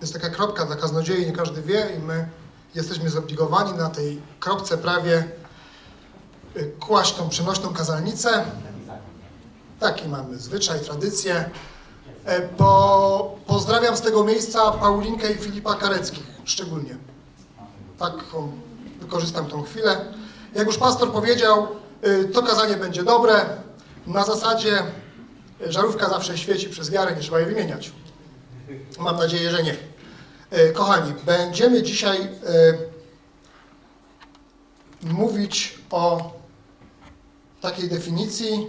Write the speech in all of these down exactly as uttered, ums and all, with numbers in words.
jest taka kropka dla kaznodziei, nie każdy wie i my jesteśmy zobligowani na tej kropce prawie kłaść tą przenośną kazalnicę. Taki mamy zwyczaj, tradycję. Bo pozdrawiam z tego miejsca Paulinkę i Filipa Kareckich szczególnie. Tak wykorzystam tą chwilę. Jak już pastor powiedział, to kazanie będzie dobre. Na zasadzie żarówka zawsze świeci przez wiarę, nie trzeba jej wymieniać. Mam nadzieję, że nie. Kochani, będziemy dzisiaj mówić o takiej definicji,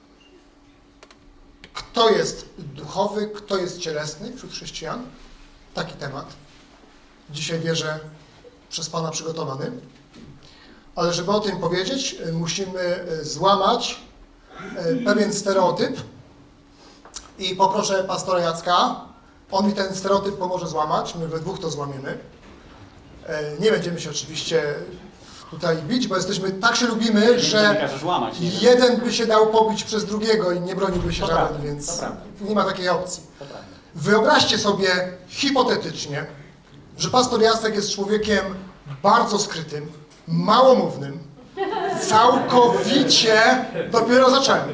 kto jest duchowy, kto jest cielesny wśród chrześcijan. Taki temat. Dzisiaj wierzę przez Pana przygotowany. Ale żeby o tym powiedzieć, musimy złamać pewien stereotyp i poproszę pastora Jacka, on mi ten stereotyp pomoże złamać, my we dwóch to złamiemy. Nie będziemy się oczywiście tutaj bić, bo jesteśmy, tak się lubimy, że jeden by się dał pobić przez drugiego i nie broniłby się żaden, więc nie ma takiej opcji. Wyobraźcie sobie hipotetycznie, że pastor Jacek jest człowiekiem bardzo skrytym, małomównym, całkowicie, dopiero zacząłem,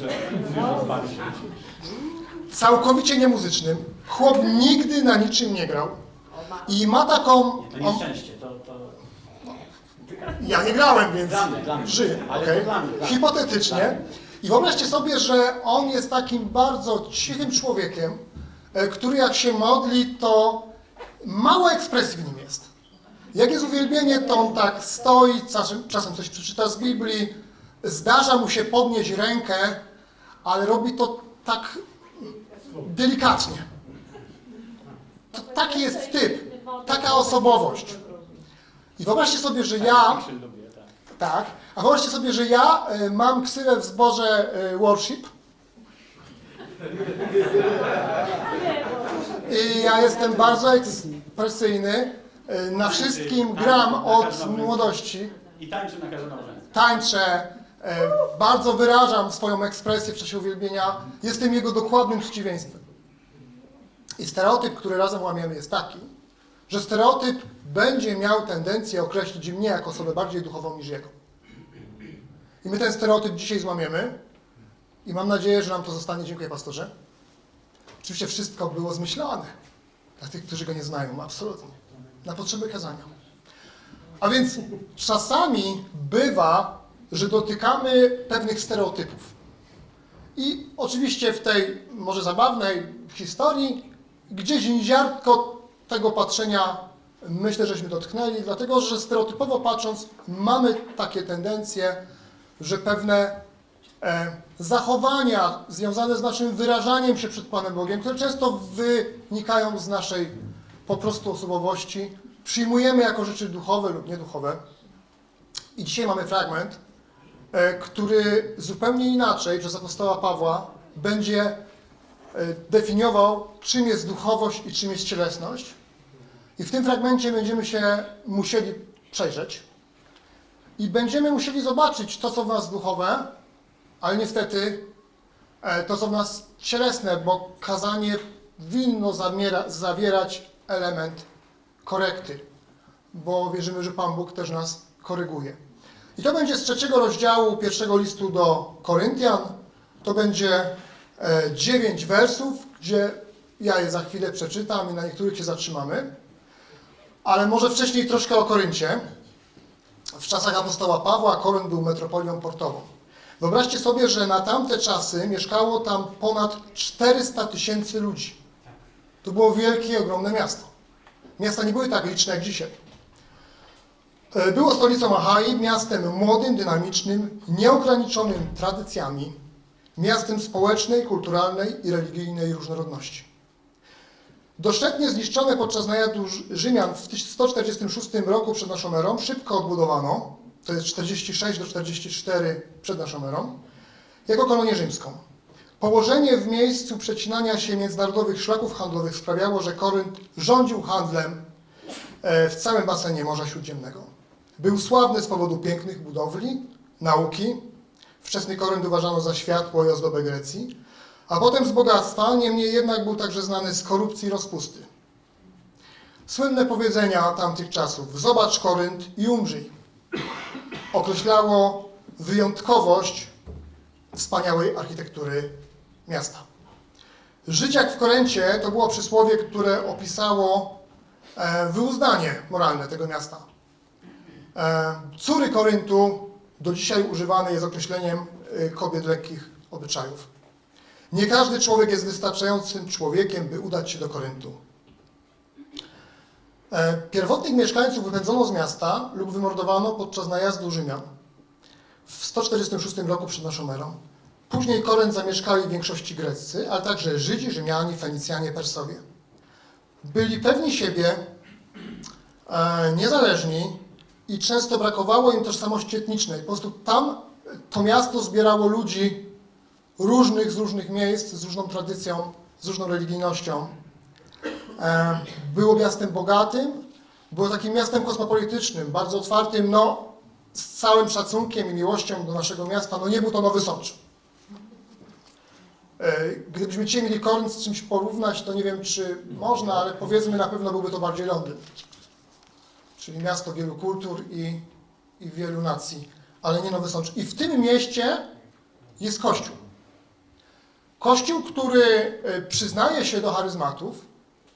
całkowicie niemuzycznym, chłop nigdy na niczym nie grał i ma taką... To nieszczęście, to... to... Ja nie grałem, więc dla mnie, dla mnie. żyję, Ale okay. to dla mnie, dla mnie. Hipotetycznie. I wyobraźcie sobie, że on jest takim bardzo cichym człowiekiem, który jak się modli, to mało ekspresji w nim jest. Jak jest uwielbienie, to on tak stoi, czasem coś przeczyta z Biblii, zdarza mu się podnieść rękę, ale robi to tak delikatnie. To taki jest typ, taka osobowość. I wyobraźcie sobie, że ja, tak, a wyobraźcie sobie, że ja y, mam ksywę w zborze y, worship. I ja jestem bardzo ekspresyjny, y, na wszystkim gram od młodości. I tańczę na każdym nałożeniu. Tańczę, y, bardzo wyrażam swoją ekspresję w czasie uwielbienia. Jestem jego dokładnym przeciwieństwem. I stereotyp, który razem łamiemy, jest taki, że stereotyp będzie miał tendencję określić mnie jako osobę bardziej duchową niż jego. I my ten stereotyp dzisiaj złamiemy i mam nadzieję, że nam to zostanie. Dziękuję, pastorze. Oczywiście wszystko było zmyślane dla tych, którzy go nie znają, absolutnie. Na potrzeby kazania. A więc czasami bywa, że dotykamy pewnych stereotypów. I oczywiście w tej może zabawnej historii gdzieś ziarnko tego patrzenia myślę, żeśmy dotknęli, dlatego że stereotypowo patrząc mamy takie tendencje, że pewne e, zachowania związane z naszym wyrażaniem się przed Panem Bogiem, które często wynikają z naszej po prostu osobowości, przyjmujemy jako rzeczy duchowe lub nieduchowe. I dzisiaj mamy fragment, e, który zupełnie inaczej przez apostoła Pawła będzie e, definiował, czym jest duchowość i czym jest cielesność. I w tym fragmencie będziemy się musieli przejrzeć i będziemy musieli zobaczyć to, co w nas duchowe, ale niestety to, co w nas cielesne, bo kazanie winno zamiera, zawierać element korekty, bo wierzymy, że Pan Bóg też nas koryguje. I to będzie z trzeciego rozdziału pierwszego listu do Koryntian. To będzie dziewięć wersów, gdzie ja je za chwilę przeczytam i na niektórych się zatrzymamy. Ale może wcześniej troszkę o Koryncie. W czasach apostoła Pawła Korynt był metropolią portową. Wyobraźcie sobie, że na tamte czasy mieszkało tam ponad czterysta tysięcy ludzi. To było wielkie, ogromne miasto. Miasta nie były tak liczne jak dzisiaj. Było stolicą Achai, miastem młodym, dynamicznym, nieograniczonym tradycjami, miastem społecznej, kulturalnej i religijnej różnorodności. Doszczętnie zniszczone podczas najazdu Rzymian w sto czterdziestym szóstym roku przed naszą erą, szybko odbudowano, to jest czterdzieści sześć do czterdziestu czterech przed naszą erą, jako kolonię rzymską. Położenie w miejscu przecinania się międzynarodowych szlaków handlowych sprawiało, że Korynt rządził handlem w całym basenie Morza Śródziemnego. Był sławny z powodu pięknych budowli, nauki. Wczesny Korynt uważano za światło i ozdobę Grecji. A potem z bogactwa, niemniej jednak był także znany z korupcji i rozpusty. Słynne powiedzenia tamtych czasów: zobacz Korynt i umrzyj, określało wyjątkowość wspaniałej architektury miasta. Żyć jak w Koryncie to było przysłowie, które opisało wyuzdanie moralne tego miasta. Córy Koryntu do dzisiaj używane jest określeniem kobiet lekkich obyczajów. Nie każdy człowiek jest wystarczającym człowiekiem, by udać się do Koryntu. Pierwotnych mieszkańców wypędzono z miasta lub wymordowano podczas najazdu Rzymian w sto czterdziestym szóstym roku przed naszą erą. Później Korynt zamieszkali w większości Greccy, ale także Żydzi, Rzymianie, Fenicjanie, Persowie. Byli pewni siebie, e, niezależni i często brakowało im tożsamości etnicznej. Po prostu tam to miasto zbierało ludzi różnych, z różnych miejsc, z różną tradycją, z różną religijnością. E, było miastem bogatym, było takim miastem kosmopolitycznym, bardzo otwartym, no z całym szacunkiem i miłością do naszego miasta, no nie był to Nowy Sącz. Gdybyśmy dzisiaj mieli Korynt z czymś porównać, to nie wiem, czy można, ale powiedzmy, na pewno byłby to bardziej Londyn. Czyli miasto wielu kultur i, i wielu nacji, ale nie Nowy Sącz. I w tym mieście jest Kościół. Kościół, który przyznaje się do charyzmatów,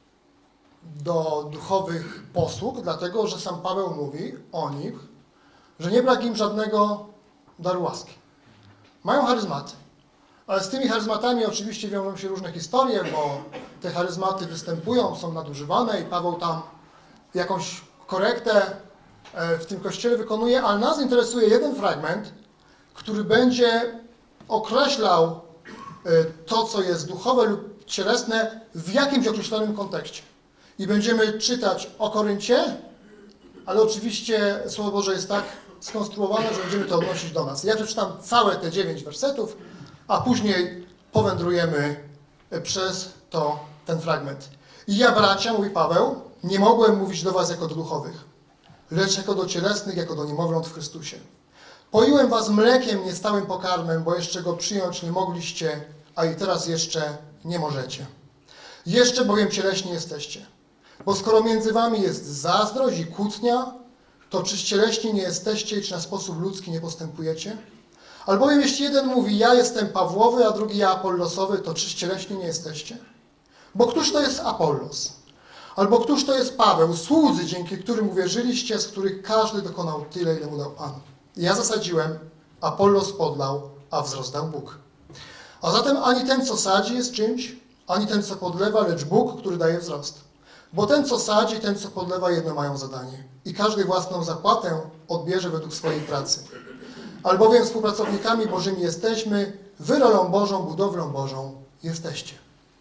do duchowych posług, dlatego że sam Paweł mówi o nich, że nie brak im żadnego daru łaski. Mają charyzmaty. Ale z tymi charyzmatami oczywiście wiążą się różne historie, bo te charyzmaty występują, są nadużywane i Paweł tam jakąś korektę w tym kościele wykonuje, ale nas interesuje jeden fragment, który będzie określał to, co jest duchowe lub cielesne w jakimś określonym kontekście. I będziemy czytać o Koryncie, ale oczywiście Słowo Boże jest tak skonstruowane, że będziemy to odnosić do nas. Ja przeczytam całe te dziewięć wersetów, a później powędrujemy przez to ten fragment. I ja, bracia, mówi Paweł, nie mogłem mówić do was jako do duchowych, lecz jako do cielesnych, jako do niemowląt w Chrystusie. Poiłem was mlekiem, nie stałym pokarmem, bo jeszcze go przyjąć nie mogliście, a i teraz jeszcze nie możecie. Jeszcze bowiem cieleśni jesteście. Bo skoro między wami jest zazdrość i kłótnia, to czyż cieleśni nie jesteście i czy na sposób ludzki nie postępujecie? Albowiem jeśli jeden mówi, ja jestem Pawłowy, a drugi ja Apollosowy, to czyż cieleśni nie jesteście? Bo któż to jest Apollos? Albo któż to jest Paweł, słudzy, dzięki którym uwierzyliście, z których każdy dokonał tyle, ile mu dał Pan. Ja zasadziłem, Apollos podlał, a wzrost dał Bóg. A zatem ani ten, co sadzi, jest czymś, ani ten, co podlewa, lecz Bóg, który daje wzrost. Bo ten, co sadzi, ten, co podlewa, jedno mają zadanie. I każdy własną zapłatę odbierze według swojej pracy. Albowiem współpracownikami Bożymi jesteśmy, wy rolą Bożą, budowlą Bożą jesteście.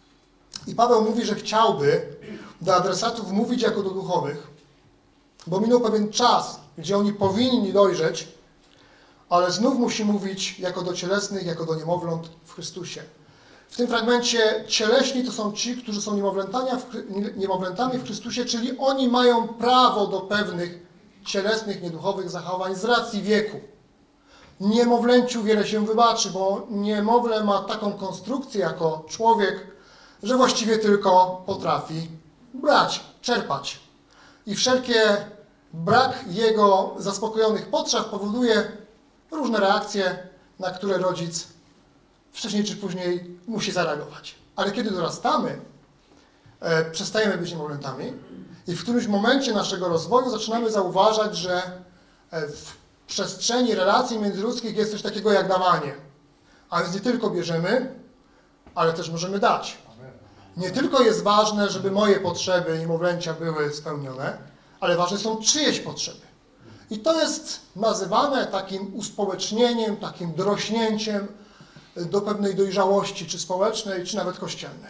I Paweł mówi, że chciałby do adresatów mówić jako do duchowych, bo minął pewien czas, gdzie oni powinni dojrzeć, ale znów musi mówić jako do cielesnych, jako do niemowląt w Chrystusie. W tym fragmencie cieleśni to są ci, którzy są niemowlętami w Chrystusie, czyli oni mają prawo do pewnych cielesnych, nieduchowych zachowań z racji wieku. Niemowlęciu wiele się wybaczy, bo niemowlę ma taką konstrukcję jako człowiek, że właściwie tylko potrafi brać, czerpać. I wszelkie brak jego zaspokojonych potrzeb powoduje różne reakcje, na które rodzic wcześniej czy później musi zareagować. Ale kiedy dorastamy, e, przestajemy być niemowlętami i w którymś momencie naszego rozwoju zaczynamy zauważać, że w przestrzeni relacji międzyludzkich jest coś takiego jak dawanie. A więc nie tylko bierzemy, ale też możemy dać. Nie tylko jest ważne, żeby moje potrzeby niemowlęcia były spełnione, ale ważne są czyjeś potrzeby. I to jest nazywane takim uspołecznieniem, takim dorośnięciem do pewnej dojrzałości, czy społecznej, czy nawet kościelnej.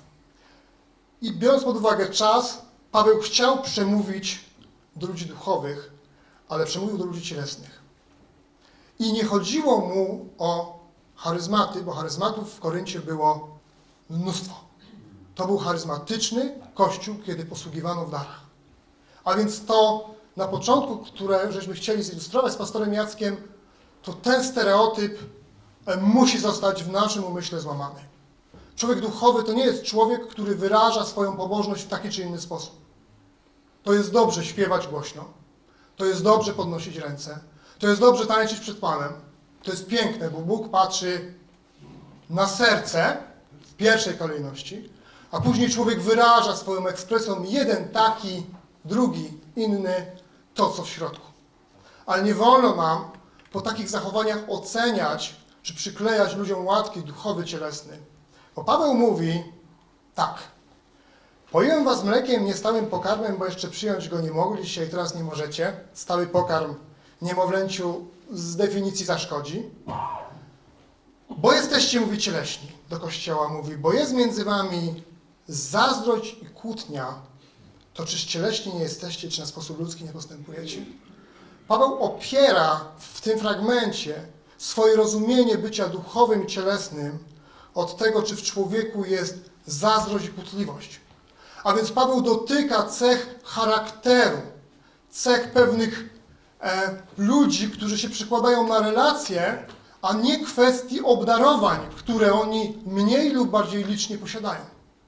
I biorąc pod uwagę czas, Paweł chciał przemówić do ludzi duchowych, ale przemówił do ludzi cielesnych. I nie chodziło mu o charyzmaty, bo charyzmatów w Koryncie było mnóstwo. To był charyzmatyczny kościół, kiedy posługiwano w darach. A więc to na początku, które żeśmy chcieli zilustrować z pastorem Jackiem, to ten stereotyp musi zostać w naszym umyśle złamany. Człowiek duchowy to nie jest człowiek, który wyraża swoją pobożność w taki czy inny sposób. To jest dobrze śpiewać głośno. To jest dobrze podnosić ręce. To jest dobrze tańczyć przed Panem. To jest piękne, bo Bóg patrzy na serce w pierwszej kolejności, a później człowiek wyraża swoją ekspresją jeden taki, drugi, inny, to co w środku. Ale nie wolno nam po takich zachowaniach oceniać, czy przyklejać ludziom łatki duchowy, cielesny. Bo Paweł mówi tak. Poiłem was mlekiem, nie stałym pokarmem, bo jeszcze przyjąć go nie mogliście i teraz nie możecie. Stały pokarm niemowlęciu z definicji zaszkodzi. Bo jesteście, mówi, cieleśni. Do Kościoła mówi, bo jest między wami zazdrość i kłótnia, to czyż cieleśni nie jesteście, czy na sposób ludzki nie postępujecie? Paweł opiera w tym fragmencie swoje rozumienie bycia duchowym i cielesnym od tego, czy w człowieku jest zazdrość i kłótliwość. A więc Paweł dotyka cech charakteru, cech pewnych e, ludzi, którzy się przykładają na relacje, a nie kwestii obdarowań, które oni mniej lub bardziej licznie posiadają.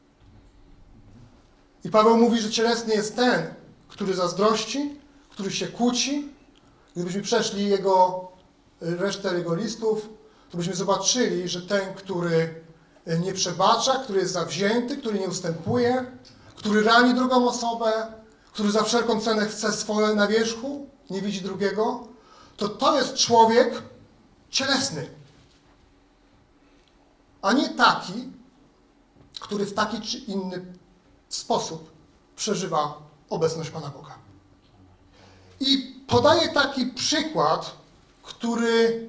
I Paweł mówi, że cielesny jest ten, który zazdrości, który się kłóci. Gdybyśmy przeszli jego, resztę jego listów, to byśmy zobaczyli, że ten, który nie przebacza, który jest zawzięty, który nie ustępuje, który rani drugą osobę, który za wszelką cenę chce swoje na wierzchu, nie widzi drugiego, to to jest człowiek cielesny. A nie taki, który w taki czy inny sposób przeżywa obecność Pana Boga. I podaję taki przykład, który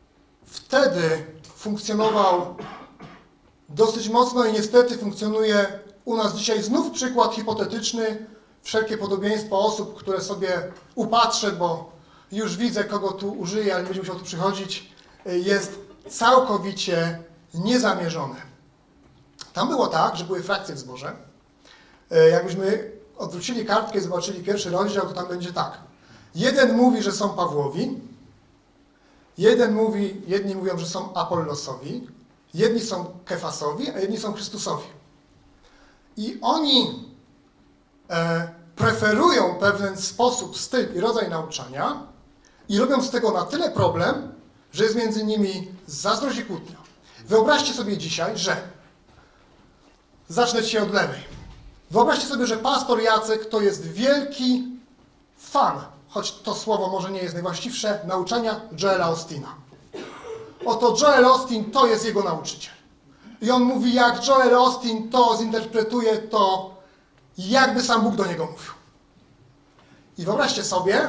wtedy funkcjonował dosyć mocno i niestety funkcjonuje u nas dzisiaj. Znów przykład hipotetyczny, wszelkie podobieństwo osób, które sobie upatrzę, bo już widzę, kogo tu użyję, ale nie będzie musiał tu przychodzić, jest całkowicie niezamierzone. Tam było tak, że były frakcje w zborze. Jakbyśmy odwrócili kartkę i zobaczyli pierwszy rozdział, to tam będzie tak. Jeden mówi, że są Pawłowi, jeden mówi, jedni mówią, że są Apollosowi, jedni są Kefasowi, a jedni są Chrystusowi. I oni e, preferują pewien sposób, styl i rodzaj nauczania i robią z tego na tyle problem, że jest między nimi zazdrość i kłótnia. Wyobraźcie sobie dzisiaj, że zacznę się od lewej. Wyobraźcie sobie, że pastor Jacek to jest wielki fan, choć to słowo może nie jest najwłaściwsze, nauczania Joela Ostina. Oto Joel Osteen to jest jego nauczyciel. I on mówi, jak Joel Osteen to zinterpretuje, to jakby sam Bóg do niego mówił. I wyobraźcie sobie,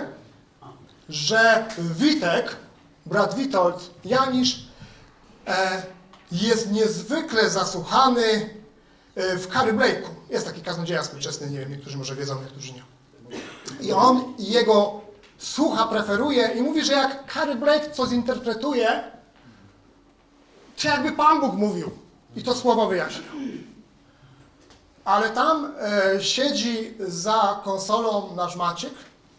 że Witek, brat Witold Janisz, e, jest niezwykle zasłuchany w Carey Blake'u. Jest taki kaznodzieja współczesny, nie wiem, niektórzy może wiedzą, niektórzy nie. I on jego słucha, preferuje i mówi, że jak Carey Blake co zinterpretuje, to jakby Pan Bóg mówił. I to słowo wyjaśnia. Ale tam e, siedzi za konsolą nasz Maciek,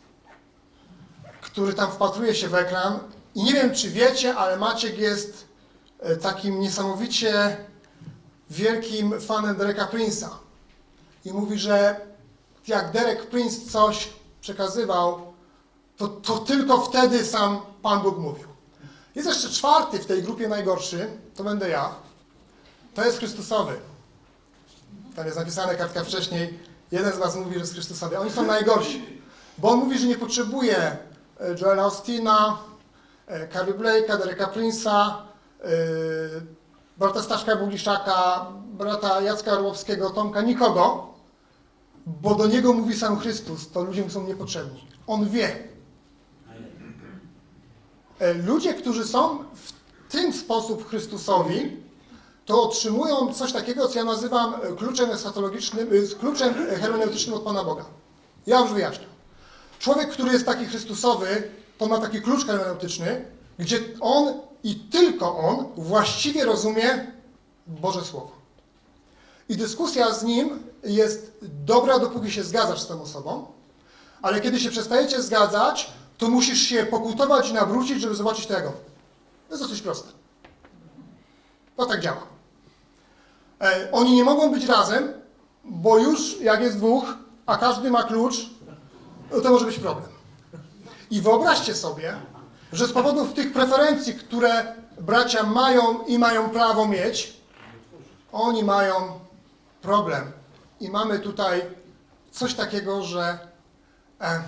który tam wpatruje się w ekran. I nie wiem, czy wiecie, ale Maciek jest e, takim niesamowicie wielkim fanem Dereka Prince'a. I mówi, że jak Derek Prince coś przekazywał, to, to tylko wtedy sam Pan Bóg mówił. Jest jeszcze czwarty w tej grupie najgorszy, to będę ja. To jest Chrystusowy. Tam jest napisane kartka wcześniej, jeden z was mówi, że jest Chrystusowy. Oni są najgorsi, bo on mówi, że nie potrzebuje Joela Osteena, Carey Blake'a, Dereka Prince'a, yy, brata Staszka Buliszaka, brata Jacka Orłowskiego, Tomka, nikogo, bo do niego mówi sam Chrystus, to ludziom są niepotrzebni. On wie. Ludzie, którzy są w ten sposób Chrystusowi, to otrzymują coś takiego, co ja nazywam kluczem eschatologicznym, kluczem hermeneutycznym od Pana Boga. Ja już wyjaśniam. Człowiek, który jest taki Chrystusowy, to ma taki klucz hermeneutyczny, gdzie on i tylko on właściwie rozumie Boże Słowo. I dyskusja z nim jest dobra, dopóki się zgadzasz z tą osobą, ale kiedy się przestajecie zgadzać, to musisz się pokłótować i nawrócić, żeby zobaczyć tego. To jest dosyć proste. To tak działa. E, oni nie mogą być razem, bo już jak jest dwóch, a każdy ma klucz, no to może być problem. I wyobraźcie sobie, że z powodów tych preferencji, które bracia mają i mają prawo mieć, oni mają problem. I mamy tutaj coś takiego, że e,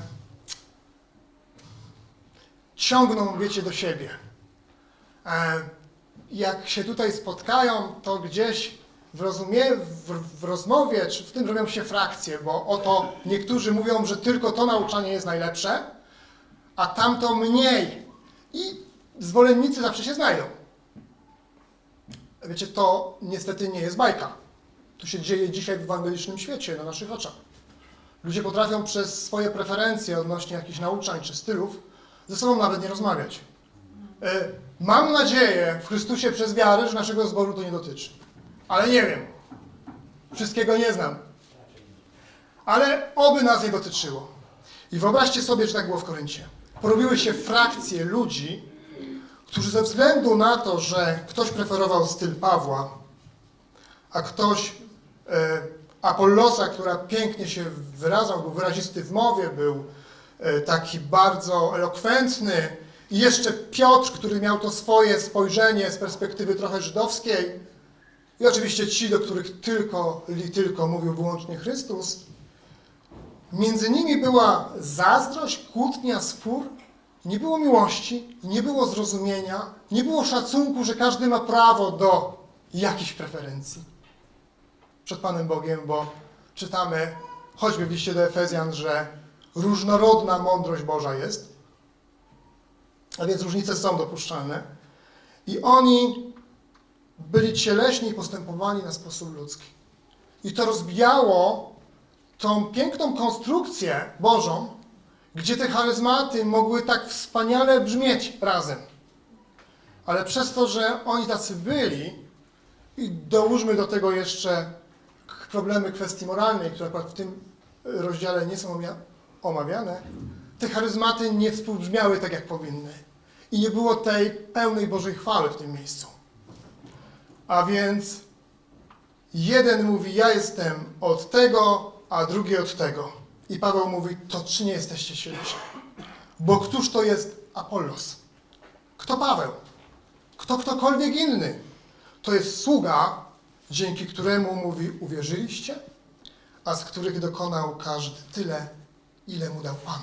ciągną, wiecie, do siebie. E, jak się tutaj spotkają, to gdzieś w, rozumie, w, w rozmowie, czy w tym robią się frakcje, bo oto niektórzy mówią, że tylko to nauczanie jest najlepsze, a tamto mniej. I zwolennicy zawsze się znajdą. Wiecie, to niestety nie jest bajka. To się dzieje dzisiaj w ewangelicznym świecie, na naszych oczach. Ludzie potrafią przez swoje preferencje odnośnie jakichś nauczań czy stylów ze sobą nawet nie rozmawiać. Mam nadzieję w Chrystusie przez wiarę, że naszego zboru to nie dotyczy. Ale nie wiem. Wszystkiego nie znam. Ale oby nas nie dotyczyło. I wyobraźcie sobie, że tak było w Koryncie. Porobiły się frakcje ludzi, którzy ze względu na to, że ktoś preferował styl Pawła, a ktoś e, Apollosa, która pięknie się wyrażał, był wyrazisty w mowie, był e, taki bardzo elokwentny, i jeszcze Piotr, który miał to swoje spojrzenie z perspektywy trochę żydowskiej, i oczywiście ci, do których tylko, li tylko mówił wyłącznie Chrystus, między nimi była zazdrość, kłótnia, spór, nie było miłości, nie było zrozumienia, nie było szacunku, że każdy ma prawo do jakichś preferencji przed Panem Bogiem, bo czytamy choćby w liście do Efezjan, że różnorodna mądrość Boża jest, a więc różnice są dopuszczalne. I oni byli cieleśni i postępowali na sposób ludzki. I to rozbijało tą piękną konstrukcję Bożą, gdzie te charyzmaty mogły tak wspaniale brzmieć razem. Ale przez to, że oni tacy byli, i dołóżmy do tego jeszcze problemy kwestii moralnej, które akurat w tym rozdziale nie są omawiane, te charyzmaty nie współbrzmiały tak, jak powinny. I nie było tej pełnej Bożej chwały w tym miejscu. A więc jeden mówi, ja jestem od tego, a drugi od tego. I Paweł mówi, to czy nie jesteście cieleśni? Bo któż to jest Apollos? Kto Paweł? Kto ktokolwiek inny? To jest sługa, dzięki któremu mówi, uwierzyliście, a z których dokonał każdy tyle, ile mu dał Pan.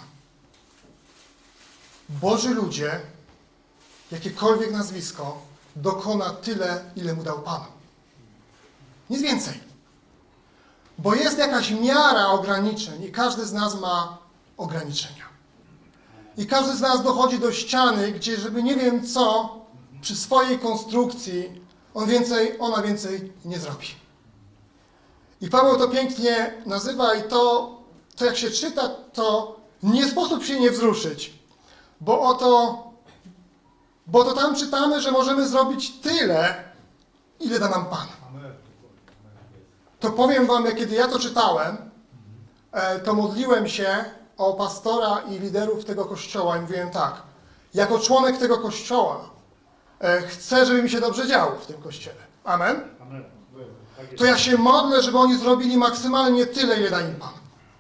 Boży ludzie, jakiekolwiek nazwisko, dokona tyle, ile mu dał Pan. Nic więcej. Bo jest jakaś miara ograniczeń i każdy z nas ma ograniczenia. I każdy z nas dochodzi do ściany, gdzie żeby nie wiem co, przy swojej konstrukcji on więcej, ona więcej nie zrobi. I Paweł to pięknie nazywa i to, to jak się czyta, to nie sposób się nie wzruszyć. Bo oto, bo to tam czytamy, że możemy zrobić tyle, ile da nam Pan. To powiem wam, kiedy ja to czytałem, to modliłem się o pastora i liderów tego kościoła i mówiłem tak, jako członek tego kościoła chcę, żeby mi się dobrze działo w tym kościele. Amen? To ja się modlę, żeby oni zrobili maksymalnie tyle, ile da im Pan.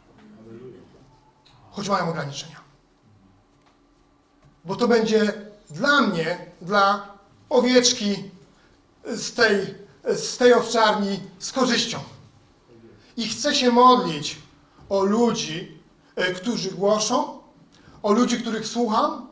Choć mają ograniczenia. Bo to będzie dla mnie, dla owieczki z tej, z tej owczarni z korzyścią. I chcę się modlić o ludzi, którzy głoszą, o ludzi, których słucham,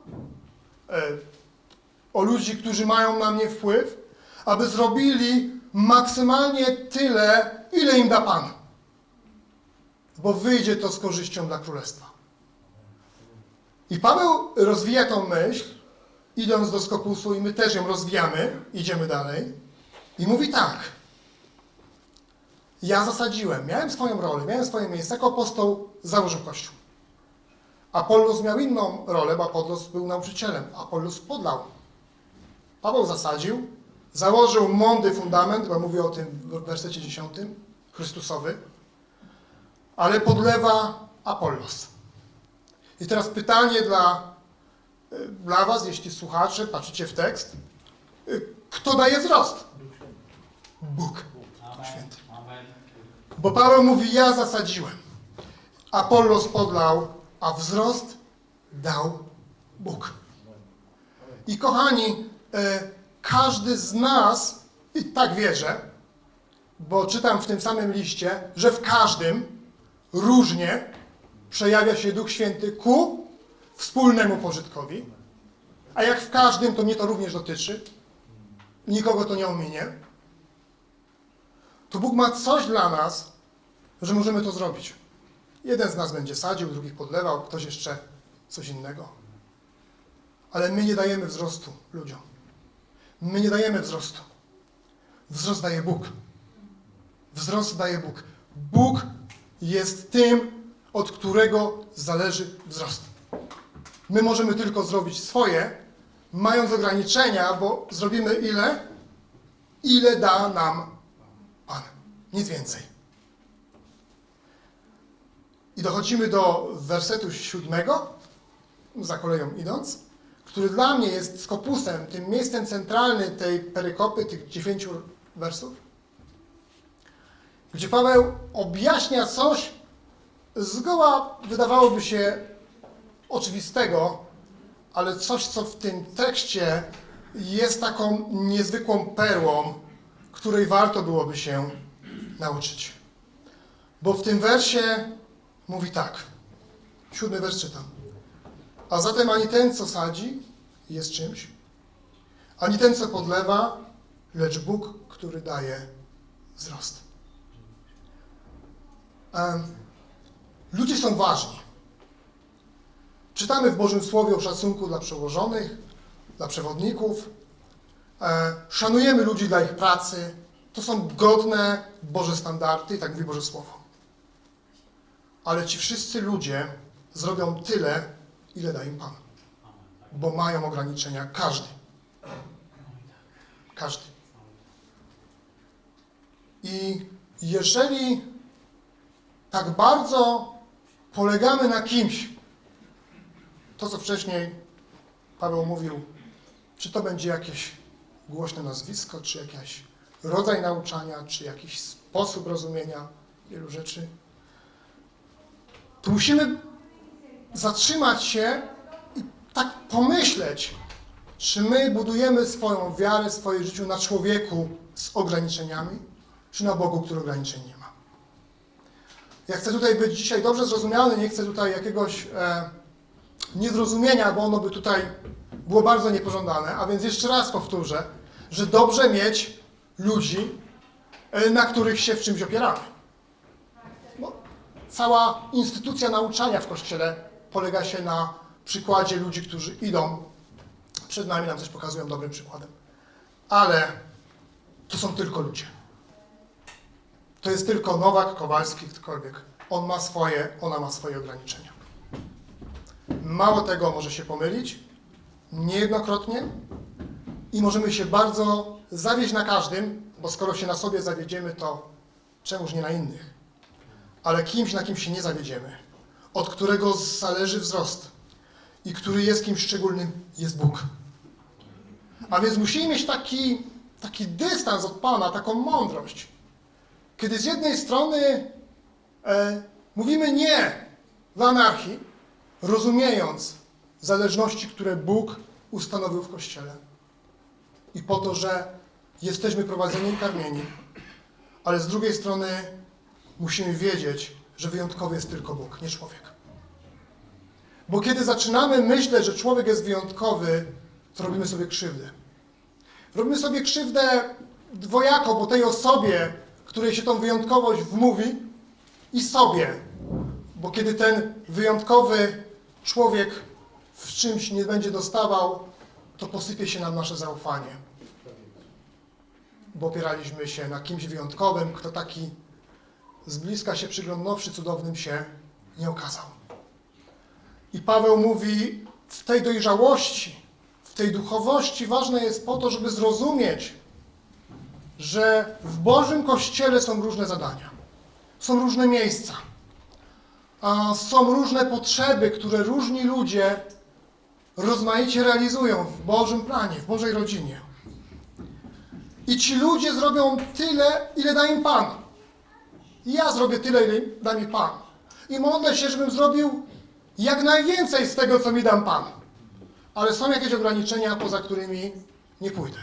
o ludzi, którzy mają na mnie wpływ, aby zrobili maksymalnie tyle, ile im da Pan. Bo wyjdzie to z korzyścią dla Królestwa. I Paweł rozwija tą myśl, idąc do Skopusu, i my też ją rozwijamy, idziemy dalej. I mówi tak. Ja zasadziłem, miałem swoją rolę, miałem swoje miejsce, jako apostoł założył Kościół. Apollos miał inną rolę, bo Apollos był nauczycielem. Apollos podlał. Paweł zasadził, założył mądry fundament, bo mówię o tym w wersecie dziesiątym, Chrystusowy, ale podlewa Apollos. I teraz pytanie dla, dla was, jeśli słuchacze, patrzycie w tekst, kto daje wzrost? Bóg. Święty. Bo Paweł mówi, ja zasadziłem. Apollos podlał, a wzrost dał Bóg. I kochani, każdy z nas, i tak wierzę, bo czytam w tym samym liście, że w każdym różnie przejawia się Duch Święty ku wspólnemu pożytkowi, a jak w każdym, to mnie to również dotyczy, nikogo to nie ominie, to Bóg ma coś dla nas, że możemy to zrobić. Jeden z nas będzie sadził, drugi podlewał, ktoś jeszcze coś innego. Ale my nie dajemy wzrostu ludziom. My nie dajemy wzrostu. Wzrost daje Bóg. Wzrost daje Bóg. Bóg jest tym, od którego zależy wzrost. My możemy tylko zrobić swoje, mając ograniczenia, bo zrobimy ile? Ile da nam Pan. Nic więcej. I dochodzimy do wersetu siódmego, za koleją idąc, który dla mnie jest skopusem, tym miejscem centralnym tej perykopy, tych dziewięciu wersów, gdzie Paweł objaśnia coś zgoła wydawałoby się oczywistego, ale coś, co w tym tekście jest taką niezwykłą perłą, której warto byłoby się nauczyć. Bo w tym wersie mówi tak, siódmy wers czytam. A zatem ani ten, co sadzi, jest czymś, ani ten, co podlewa, lecz Bóg, który daje wzrost. Um, ludzie są ważni. Czytamy w Bożym Słowie o szacunku dla przełożonych, dla przewodników. E, szanujemy ludzi dla ich pracy. To są godne Boże standardy, tak mówi Boże Słowo. Ale ci wszyscy ludzie zrobią tyle, ile da im Pan. Bo mają ograniczenia. Każdy. Każdy. I jeżeli tak bardzo polegamy na kimś, to co wcześniej Paweł mówił, czy to będzie jakieś głośne nazwisko, czy jakiś rodzaj nauczania, czy jakiś sposób rozumienia wielu rzeczy, to musimy zatrzymać się i tak pomyśleć, czy my budujemy swoją wiarę, swoje życie na człowieku z ograniczeniami, czy na Bogu, który ograniczeń nie ma. Ja chcę tutaj być dzisiaj dobrze zrozumiany, nie chcę tutaj jakiegoś e, niezrozumienia, bo ono by tutaj było bardzo niepożądane, a więc jeszcze raz powtórzę, że dobrze mieć ludzi, e, na których się w czymś opieramy. Bo cała instytucja nauczania w Kościele polega się na przykładzie ludzi, którzy idą przed nami, nam coś pokazują dobrym przykładem. Ale to są tylko ludzie. To jest tylko Nowak, Kowalski, ktokolwiek. On ma swoje, ona ma swoje ograniczenia. Mało tego, może się pomylić, niejednokrotnie i możemy się bardzo zawieść na każdym, bo skoro się na sobie zawiedziemy, to czemuż nie na innych. Ale kimś, na kim się nie zawiedziemy, od którego zależy wzrost i który jest kimś szczególnym, jest Bóg. A więc musimy mieć taki, taki dystans od Pana, taką mądrość, kiedy z jednej strony e, mówimy nie w anarchii, rozumiejąc zależności, które Bóg ustanowił w Kościele. I po to, że jesteśmy prowadzeni i karmieni, ale z drugiej strony musimy wiedzieć, że wyjątkowy jest tylko Bóg, nie człowiek. Bo kiedy zaczynamy myśleć, że człowiek jest wyjątkowy, to robimy sobie krzywdę. Robimy sobie krzywdę dwojako, bo tej osobie, której się tą wyjątkowość wmówi, i sobie. Bo kiedy ten wyjątkowy człowiek w czymś nie będzie dostawał, to posypie się nam nasze zaufanie. Bo opieraliśmy się na kimś wyjątkowym, kto taki z bliska się przyglądnąwszy cudownym się nie okazał. I Paweł mówi, w tej dojrzałości, w tej duchowości ważne jest po to, żeby zrozumieć, że w Bożym Kościele są różne zadania, są różne miejsca, a są różne potrzeby, które różni ludzie rozmaicie realizują w Bożym planie, w Bożej rodzinie. I ci ludzie zrobią tyle, ile da im Pan. I ja zrobię tyle, ile da mi Pan. I modlę się, żebym zrobił jak najwięcej z tego, co mi dam Pan. Ale są jakieś ograniczenia, poza którymi nie pójdę.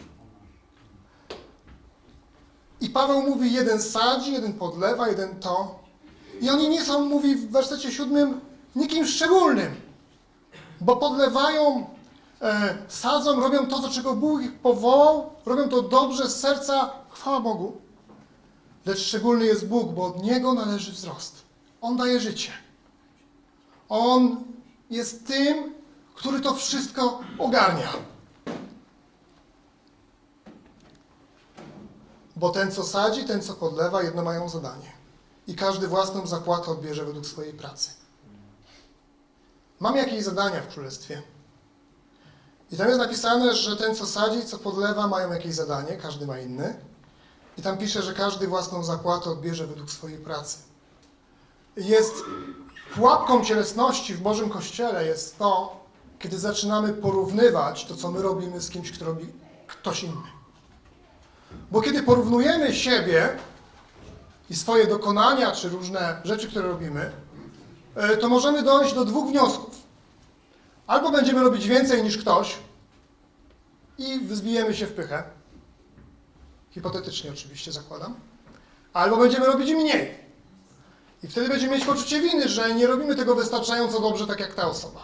I Paweł mówi, jeden sadzi, jeden podlewa, jeden to. I oni nie są, mówi w wersecie siódmym, nikim szczególnym. Bo podlewają, e, sadzą, robią to, do czego Bóg ich powołał, robią to dobrze z serca, chwała Bogu. Lecz szczególny jest Bóg, bo od Niego należy wzrost. On daje życie. On jest tym, który to wszystko ogarnia. Bo ten, co sadzi, ten, co podlewa, jedno mają zadanie. I każdy własną zapłatę odbierze według swojej pracy. Mam jakieś zadania w Królestwie. I tam jest napisane, że ten, co sadzi, co podlewa, mają jakieś zadanie, każdy ma inny. I tam pisze, że każdy własną zapłatę odbierze według swojej pracy. Jest pułapką cielesności w Bożym Kościele jest to, kiedy zaczynamy porównywać to, co my robimy z kimś, kto robi ktoś inny. Bo kiedy porównujemy siebie i swoje dokonania, czy różne rzeczy, które robimy, to możemy dojść do dwóch wniosków. Albo będziemy robić więcej niż ktoś i wzbijemy się w pychę. Hipotetycznie oczywiście zakładam. Albo będziemy robić mniej. I wtedy będziemy mieć poczucie winy, że nie robimy tego wystarczająco dobrze, tak jak ta osoba.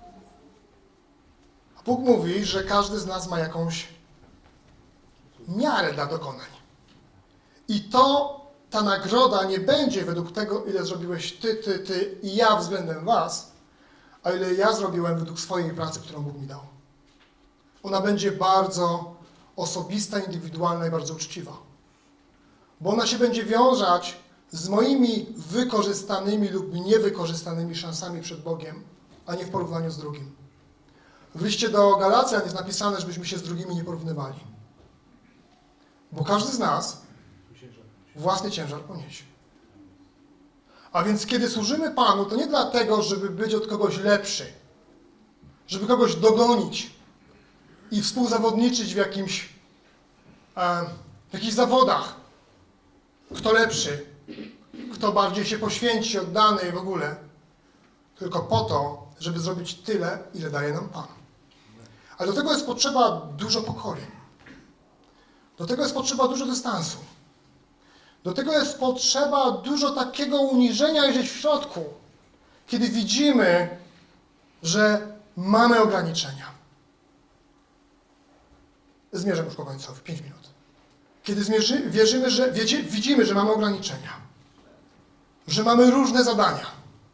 A Bóg mówi, że każdy z nas ma jakąś miarę dla dokonań. I to, ta nagroda nie będzie według tego, ile zrobiłeś ty, ty, ty i ja względem was, a ile ja zrobiłem według swojej pracy, którą Bóg mi dał. Ona będzie bardzo osobista, indywidualna i bardzo uczciwa. Bo ona się będzie wiązać z moimi wykorzystanymi lub niewykorzystanymi szansami przed Bogiem, a nie w porównaniu z drugim. W liście do Galacjan jest napisane, żebyśmy się z drugimi nie porównywali. Bo każdy z nas własny ciężar poniesie. A więc kiedy służymy Panu, to nie dlatego, żeby być od kogoś lepszy, żeby kogoś dogonić i współzawodniczyć w jakimś, e, w jakichś zawodach. Kto lepszy, kto bardziej się poświęci, oddany i w ogóle. Tylko po to, żeby zrobić tyle, ile daje nam Pan. Ale do tego jest potrzeba dużo pokory. Do tego jest potrzeba dużo dystansu. Do tego jest potrzeba dużo takiego uniżenia i żyć w środku, kiedy widzimy, że mamy ograniczenia. Zmierzam już po końcowi, pięć minut. Kiedy zmierzy, wierzymy, że, wiecie, widzimy, że mamy ograniczenia, że mamy różne zadania,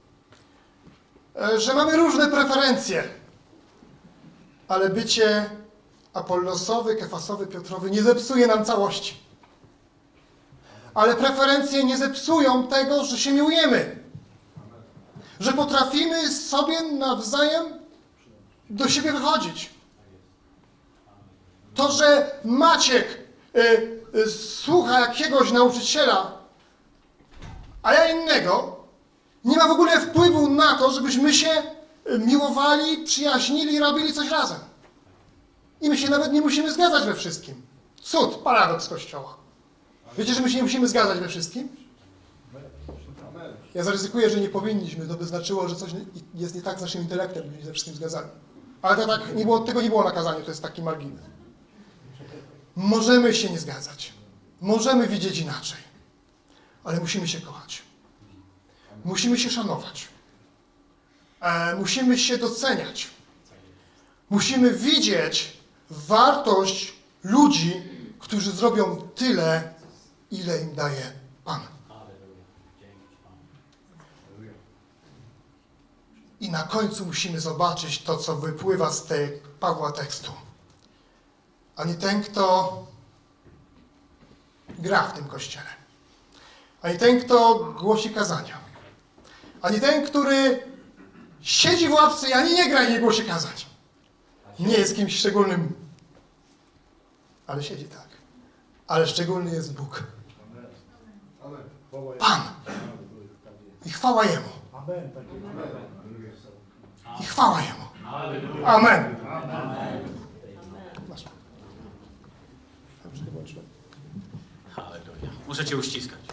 że mamy różne preferencje, ale bycie apollosowy, kefasowy, piotrowy nie zepsuje nam całości. Ale preferencje nie zepsują tego, że się miłujemy. Że potrafimy sobie nawzajem do siebie wychodzić. To, że Maciek y, y, słucha jakiegoś nauczyciela, a ja innego, nie ma w ogóle wpływu na to, żebyśmy się miłowali, przyjaźnili i robili coś razem. I my się nawet nie musimy zgadzać we wszystkim. Cud, paradoks Kościoła. Wiecie, że my się nie musimy zgadzać we wszystkim? Ja zaryzykuję, że nie powinniśmy. To by znaczyło, że coś jest nie tak z naszym intelektem, byśmy się ze wszystkim zgadzali. Ale to tak nie było, tego nie było na kazaniu, to jest taki margines. Możemy się nie zgadzać. Możemy widzieć inaczej. Ale musimy się kochać. Musimy się szanować. E, musimy się doceniać. Musimy widzieć wartość ludzi, którzy zrobią tyle, ile im daje Pan. I na końcu musimy zobaczyć to, co wypływa z tej Pawła tekstu. A nie ten, kto gra w tym kościele. A nie ten, kto głosi kazania. A nie ten, który siedzi w ławce i ani nie gra i nie głosi kazań. Nie jest kimś szczególnym. Ale siedzi tak. Ale szczególny jest Bóg. Pan. I chwała Jemu. I chwała Jemu. Amen. Masz. Halleluja. Muszę cię uściskać.